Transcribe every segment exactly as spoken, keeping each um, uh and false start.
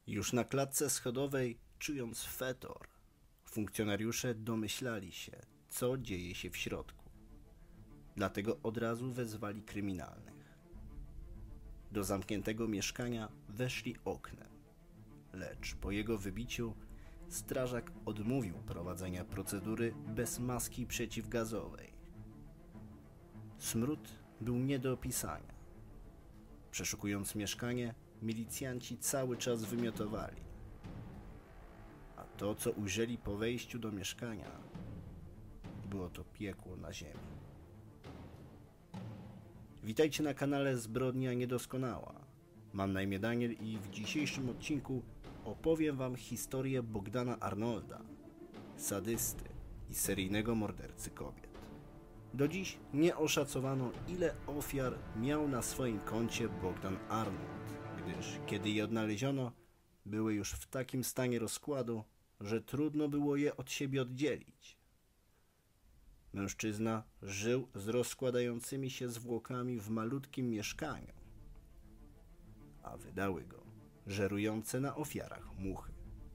Już na klatce schodowej, czując fetor, funkcjonariusze domyślali się, co dzieje się w środku. Dlatego od razu wezwali kryminalnych. Do zamkniętego mieszkania weszli oknem, lecz po jego wybiciu strażak odmówił prowadzenia procedury bez maski przeciwgazowej. Smród był nie do opisania. Przeszukując mieszkanie, milicjanci cały czas wymiotowali. A to, co ujrzeli po wejściu do mieszkania, było to piekło na ziemi. Witajcie na kanale Zbrodnia Niedoskonała. Mam na imię Daniel i w dzisiejszym odcinku opowiem wam historię Bogdana Arnolda, sadysty i seryjnego mordercy kobiet. Do dziś nie oszacowano, ile ofiar miał na swoim koncie Bogdan Arnold, gdyż kiedy je odnaleziono, były już w takim stanie rozkładu, że trudno było je od siebie oddzielić. Mężczyzna żył z rozkładającymi się zwłokami w malutkim mieszkaniu, a wydały go żerujące na ofiarach muchy.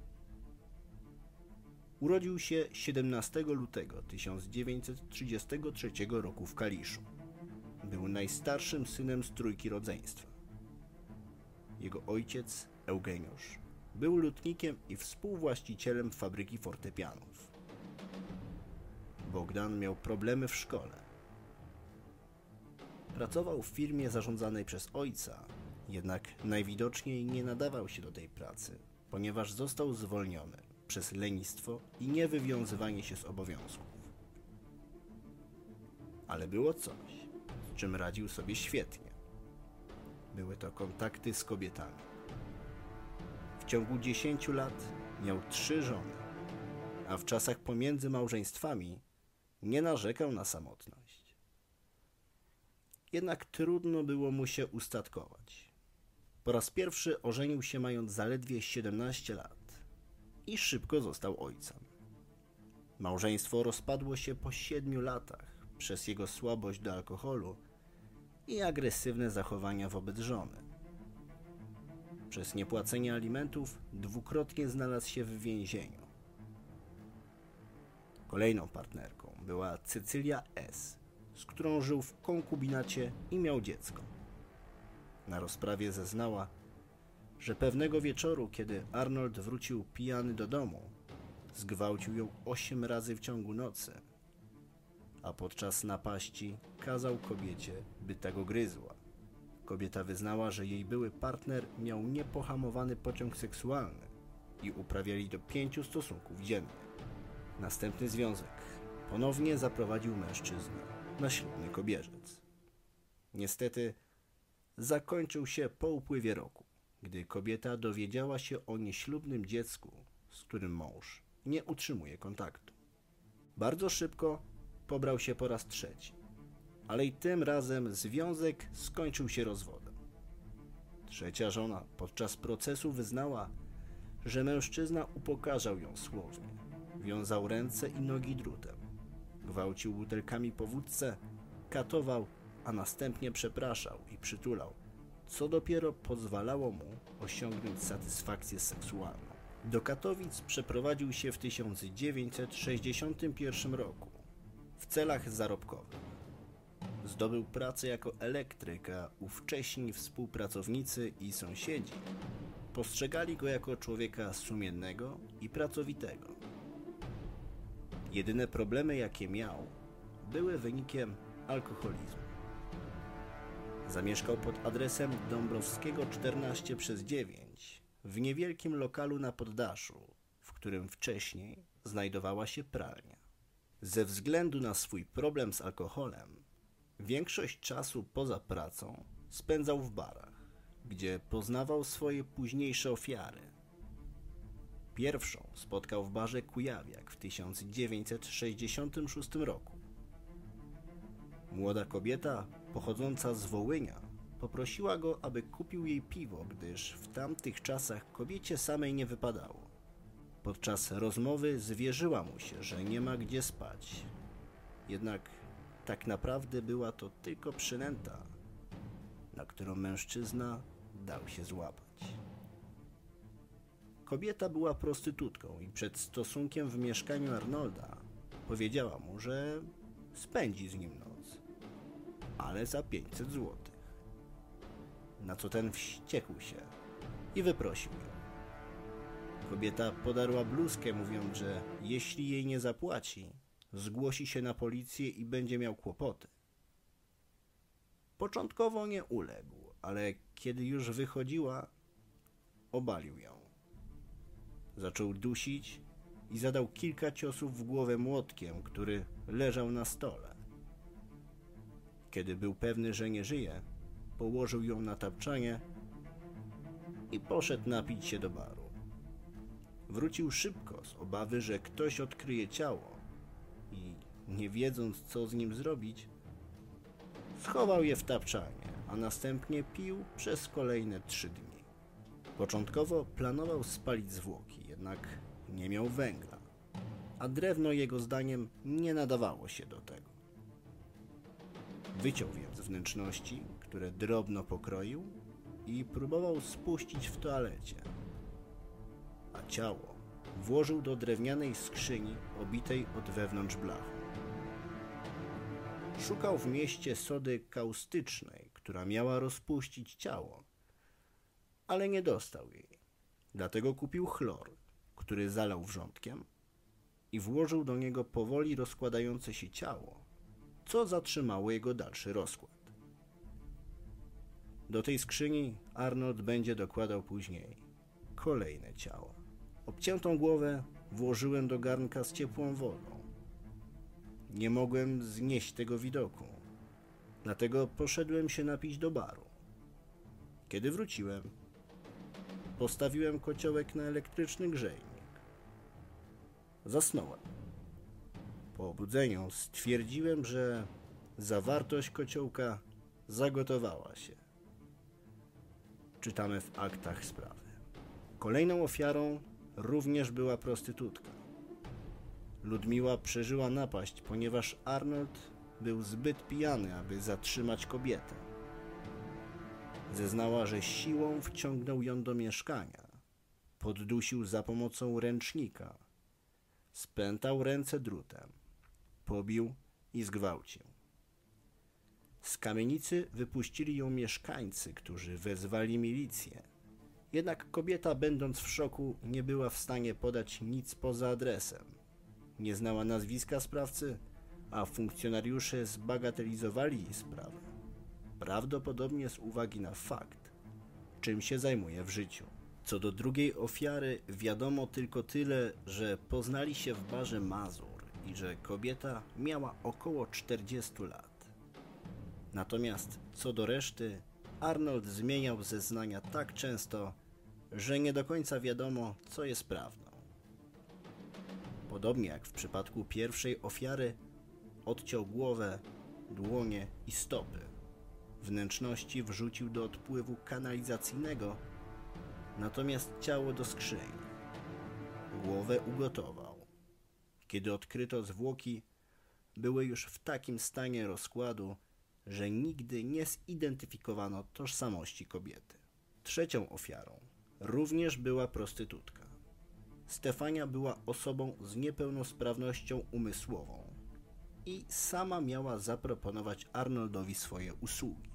Urodził się siedemnastego lutego tysiąc dziewięćset trzydziestego trzeciego roku w Kaliszu. Był najstarszym synem z trójki rodzeństwa. Jego ojciec, Eugeniusz, był lutnikiem i współwłaścicielem fabryki fortepianów. Bogdan miał problemy w szkole. Pracował w firmie zarządzanej przez ojca, jednak najwidoczniej nie nadawał się do tej pracy, ponieważ został zwolniony przez lenistwo i niewywiązywanie się z obowiązków. Ale było coś, z czym radził sobie świetnie. Były to kontakty z kobietami. W ciągu dziesięciu lat miał trzy żony, a w czasach pomiędzy małżeństwami nie narzekał na samotność. Jednak trudno było mu się ustatkować. Po raz pierwszy ożenił się mając zaledwie siedemnaście lat i szybko został ojcem. Małżeństwo rozpadło się po siedmiu latach przez jego słabość do alkoholu i agresywne zachowania wobec żony. Przez niepłacenie alimentów dwukrotnie znalazł się w więzieniu. Kolejną partnerką była Cecylia S., z którą żył w konkubinacie i miał dziecko. Na rozprawie zeznała, że pewnego wieczoru, kiedy Arnold wrócił pijany do domu, zgwałcił ją osiem razy w ciągu nocy, a podczas napaści kazał kobiecie, by tego gryzła. Kobieta wyznała, że jej były partner miał niepohamowany pociąg seksualny i uprawiali do pięciu stosunków dziennie. Następny związek ponownie zaprowadził mężczyznę na ślubny kobierzec. Niestety zakończył się po upływie roku, gdy kobieta dowiedziała się o nieślubnym dziecku, z którym mąż nie utrzymuje kontaktu. Bardzo szybko pobrał się po raz trzeci, ale i tym razem związek skończył się rozwodem. Trzecia żona podczas procesu wyznała, że mężczyzna upokarzał ją słownie, wiązał ręce i nogi drutem, gwałcił butelkami po wódce, katował, a następnie przepraszał i przytulał, co dopiero pozwalało mu osiągnąć satysfakcję seksualną. Do Katowic przeprowadził się w tysiąc dziewięćset sześćdziesiątym pierwszym roku w celach zarobkowych. Zdobył pracę jako elektryk, a ówcześni współpracownicy i sąsiedzi postrzegali go jako człowieka sumiennego i pracowitego. Jedyne problemy, jakie miał, były wynikiem alkoholizmu. Zamieszkał pod adresem Dąbrowskiego czternaście przez dziewięć w niewielkim lokalu na poddaszu, w którym wcześniej znajdowała się pralnia. Ze względu na swój problem z alkoholem, większość czasu poza pracą spędzał w barach, gdzie poznawał swoje późniejsze ofiary. Pierwszą spotkał w barze Kujawiak w tysiąc dziewięćset sześćdziesiątym szóstym roku. Młoda kobieta pochodząca z Wołynia poprosiła go, aby kupił jej piwo, gdyż w tamtych czasach kobiecie samej nie wypadało. Podczas rozmowy zwierzyła mu się, że nie ma gdzie spać. Jednak tak naprawdę była to tylko przynęta, na którą mężczyzna dał się złapać. Kobieta była prostytutką i przed stosunkiem w mieszkaniu Arnolda powiedziała mu, że spędzi z nim noc, ale za pięćset złotych. Na co ten wściekł się i wyprosił ją. Kobieta podarła bluzkę, mówiąc, że jeśli jej nie zapłaci, zgłosi się na policję i będzie miał kłopoty. Początkowo nie uległ, ale kiedy już wychodziła, obalił ją. Zaczął dusić i zadał kilka ciosów w głowę młotkiem, który leżał na stole. Kiedy był pewny, że nie żyje, położył ją na tapczanie i poszedł napić się do baru. Wrócił szybko z obawy, że ktoś odkryje ciało i, nie wiedząc, co z nim zrobić, schował je w tapczanie, a następnie pił przez kolejne trzy dni. Początkowo planował spalić zwłoki, jednak nie miał węgla, a drewno jego zdaniem nie nadawało się do tego. Wyciął więc wnętrzności, które drobno pokroił i próbował spuścić w toalecie, a ciało włożył do drewnianej skrzyni obitej od wewnątrz blachą. Szukał w mieście sody kaustycznej, która miała rozpuścić ciało, ale nie dostał jej. Dlatego kupił chlor, który zalał wrzątkiem i włożył do niego powoli rozkładające się ciało, co zatrzymało jego dalszy rozkład. Do tej skrzyni Arnold będzie dokładał później kolejne ciała. Obciętą głowę włożyłem do garnka z ciepłą wodą. Nie mogłem znieść tego widoku, dlatego poszedłem się napić do baru. Kiedy wróciłem, postawiłem kociołek na elektryczny grzejnik. Zasnąłem. Po obudzeniu stwierdziłem, że zawartość kociołka zagotowała się. Czytamy w aktach sprawy. Kolejną ofiarą również była prostytutka. Ludmiła przeżyła napaść, ponieważ Arnold był zbyt pijany, aby zatrzymać kobietę. Zeznała, że siłą wciągnął ją do mieszkania, poddusił za pomocą ręcznika, spętał ręce drutem, pobił i zgwałcił. Z kamienicy wypuścili ją mieszkańcy, którzy wezwali milicję. Jednak kobieta, będąc w szoku, nie była w stanie podać nic poza adresem. Nie znała nazwiska sprawcy, a funkcjonariusze zbagatelizowali jej sprawę. Prawdopodobnie z uwagi na fakt, czym się zajmuje w życiu. Co do drugiej ofiary, wiadomo tylko tyle, że poznali się w barze Mazur i że kobieta miała około czterdziestu lat. Natomiast co do reszty, Arnold zmieniał zeznania tak często, że nie do końca wiadomo, co jest prawdą. Podobnie jak w przypadku pierwszej ofiary, odciął głowę, dłonie i stopy. Wnętrzności wrzucił do odpływu kanalizacyjnego, natomiast ciało do skrzyni. Głowę ugotował. Kiedy odkryto zwłoki, były już w takim stanie rozkładu, że nigdy nie zidentyfikowano tożsamości kobiety. Trzecią ofiarą również była prostytutka. Stefania była osobą z niepełnosprawnością umysłową i sama miała zaproponować Arnoldowi swoje usługi.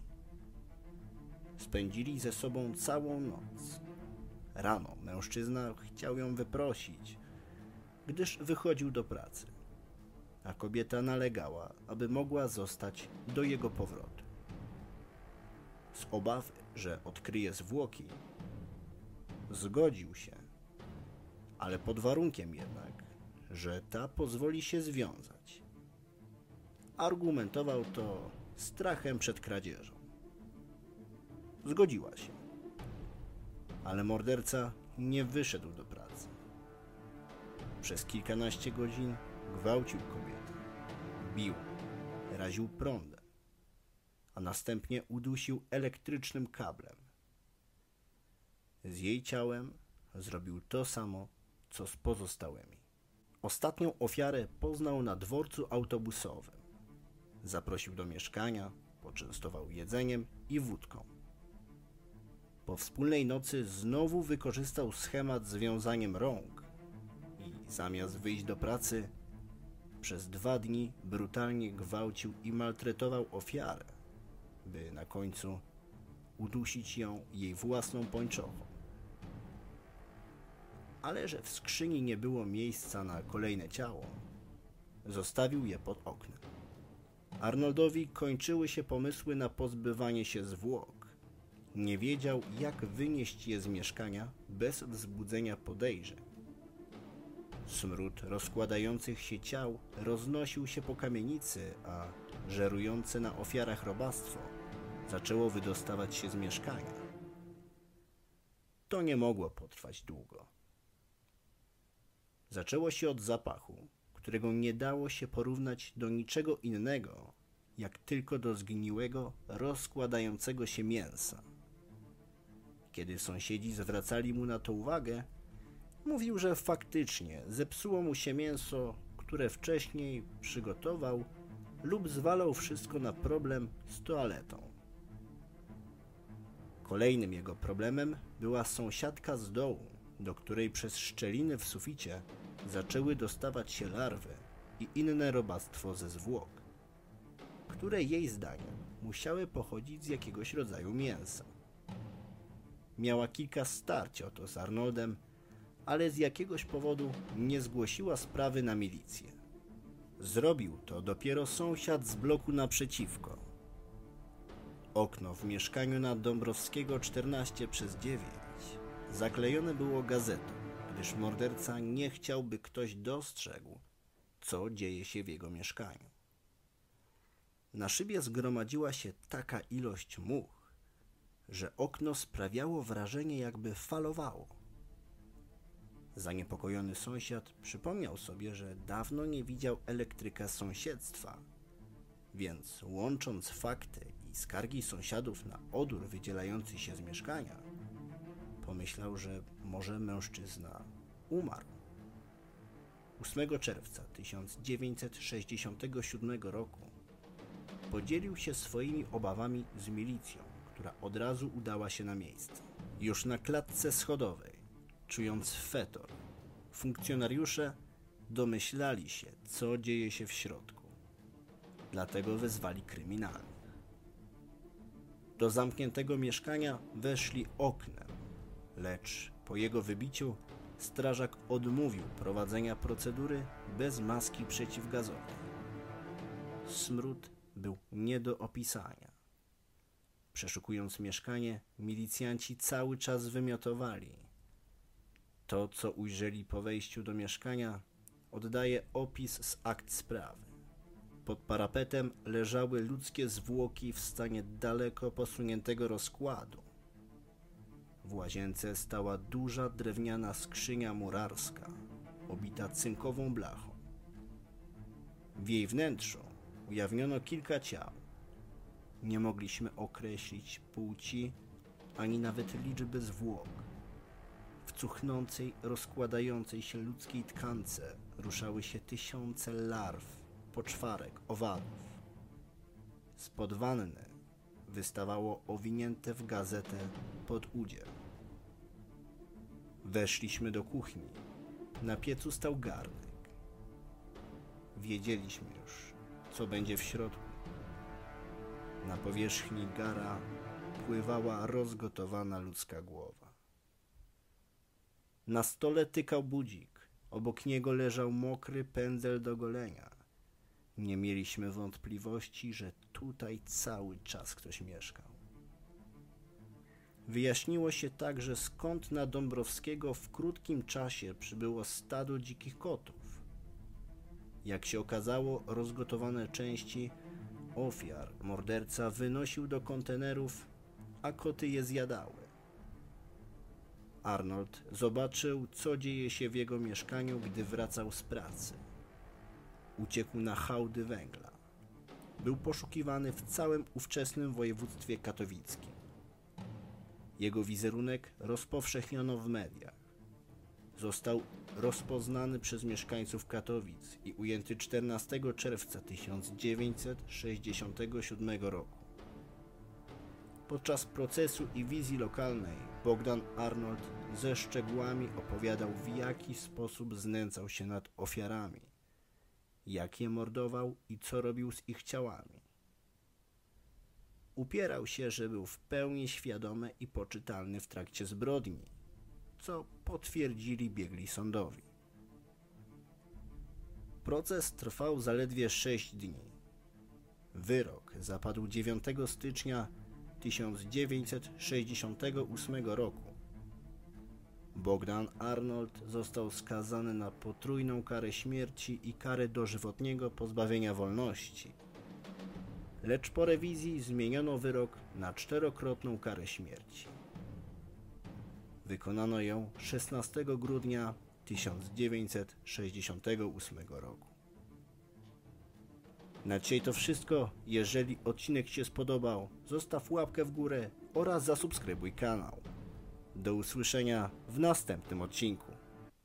Spędzili ze sobą całą noc. Rano mężczyzna chciał ją wyprosić, gdyż wychodził do pracy, a kobieta nalegała, aby mogła zostać do jego powrotu. Z obawy, że odkryje zwłoki, zgodził się, ale pod warunkiem jednak, że ta pozwoli się związać. Argumentował to strachem przed kradzieżą. Zgodziła się, ale morderca nie wyszedł do pracy. Przez kilkanaście godzin gwałcił kobietę, bił, raził prądem, a następnie udusił elektrycznym kablem. Z jej ciałem zrobił to samo, co z pozostałymi. Ostatnią ofiarę poznał na dworcu autobusowym. Zaprosił do mieszkania, poczęstował jedzeniem i wódką. Po wspólnej nocy znowu wykorzystał schemat z wiązaniem rąk i zamiast wyjść do pracy, przez dwa dni brutalnie gwałcił i maltretował ofiarę, by na końcu udusić ją jej własną pończochą. Ale że w skrzyni nie było miejsca na kolejne ciało, zostawił je pod oknem. Arnoldowi kończyły się pomysły na pozbywanie się zwłok. Nie wiedział, jak wynieść je z mieszkania bez wzbudzenia podejrzeń. Smród rozkładających się ciał roznosił się po kamienicy, a żerujące na ofiarach robactwo zaczęło wydostawać się z mieszkania. To nie mogło potrwać długo. Zaczęło się od zapachu, którego nie dało się porównać do niczego innego, jak tylko do zgniłego, rozkładającego się mięsa. Kiedy sąsiedzi zwracali mu na to uwagę, mówił, że faktycznie zepsuło mu się mięso, które wcześniej przygotował, lub zwalał wszystko na problem z toaletą. Kolejnym jego problemem była sąsiadka z dołu, do której przez szczeliny w suficie zaczęły dostawać się larwy i inne robactwo ze zwłok, które jej zdaniem musiały pochodzić z jakiegoś rodzaju mięsa. Miała kilka starć o to z Arnoldem, ale z jakiegoś powodu nie zgłosiła sprawy na milicję. Zrobił to dopiero sąsiad z bloku naprzeciwko. Okno w mieszkaniu na Dąbrowskiego czternaście przez dziewięć zaklejone było gazetą, gdyż morderca nie chciał, by ktoś dostrzegł, co dzieje się w jego mieszkaniu. Na szybie zgromadziła się taka ilość much, że okno sprawiało wrażenie, jakby falowało. Zaniepokojony sąsiad przypomniał sobie, że dawno nie widział elektryka z sąsiedztwa, więc łącząc fakty i skargi sąsiadów na odór wydzielający się z mieszkania, pomyślał, że może mężczyzna umarł. ósmego czerwca tysiąc dziewięćset sześćdziesiątego siódmego roku podzielił się swoimi obawami z milicją, która od razu udała się na miejsce. Już na klatce schodowej, czując fetor, funkcjonariusze domyślali się, co dzieje się w środku. Dlatego wezwali kryminalnych. Do zamkniętego mieszkania weszli oknem, lecz po jego wybiciu strażak odmówił prowadzenia procedury bez maski przeciwgazowej. Smród był nie do opisania. Przeszukując mieszkanie, milicjanci cały czas wymiotowali. To, co ujrzeli po wejściu do mieszkania, oddaje opis z akt sprawy. Pod parapetem leżały ludzkie zwłoki w stanie daleko posuniętego rozkładu. W łazience stała duża drewniana skrzynia murarska, obita cynkową blachą. W jej wnętrzu ujawniono kilka ciał. Nie mogliśmy określić płci, ani nawet liczby zwłok. W cuchnącej, rozkładającej się ludzkiej tkance ruszały się tysiące larw, poczwarek, owadów. Spod wanny wystawało owinięte w gazetę podudzie. Weszliśmy do kuchni. Na piecu stał garnek. Wiedzieliśmy już, co będzie w środku. Na powierzchni gara pływała rozgotowana ludzka głowa. Na stole tykał budzik. Obok niego leżał mokry pędzel do golenia. Nie mieliśmy wątpliwości, że tutaj cały czas ktoś mieszkał. Wyjaśniło się także, skąd na Dąbrowskiego w krótkim czasie przybyło stado dzikich kotów. Jak się okazało, rozgotowane części ofiar morderca wynosił do kontenerów, a koty je zjadały. Arnold zobaczył, co dzieje się w jego mieszkaniu, gdy wracał z pracy. Uciekł na hałdy węgla. Był poszukiwany w całym ówczesnym województwie katowickim. Jego wizerunek rozpowszechniono w mediach. Został rozpoznany przez mieszkańców Katowic i ujęty czternastego czerwca tysiąc dziewięćset sześćdziesiątego siódmego roku. Podczas procesu i wizji lokalnej Bogdan Arnold ze szczegółami opowiadał, w jaki sposób znęcał się nad ofiarami, jak je mordował i co robił z ich ciałami. Upierał się, że był w pełni świadomy i poczytalny w trakcie zbrodni, co potwierdzili biegli sądowi. Proces trwał zaledwie sześć dni. Wyrok zapadł dziewiątego stycznia tysiąc dziewięćset sześćdziesiątego ósmego roku. Bogdan Arnold został skazany na potrójną karę śmierci i karę dożywotniego pozbawienia wolności, lecz po rewizji zmieniono wyrok na czterokrotną karę śmierci. Wykonano ją szesnastego grudnia tysiąc dziewięćset sześćdziesiątego ósmego roku. Na dzisiaj to wszystko. Jeżeli odcinek Ci się spodobał, zostaw łapkę w górę oraz zasubskrybuj kanał. Do usłyszenia w następnym odcinku.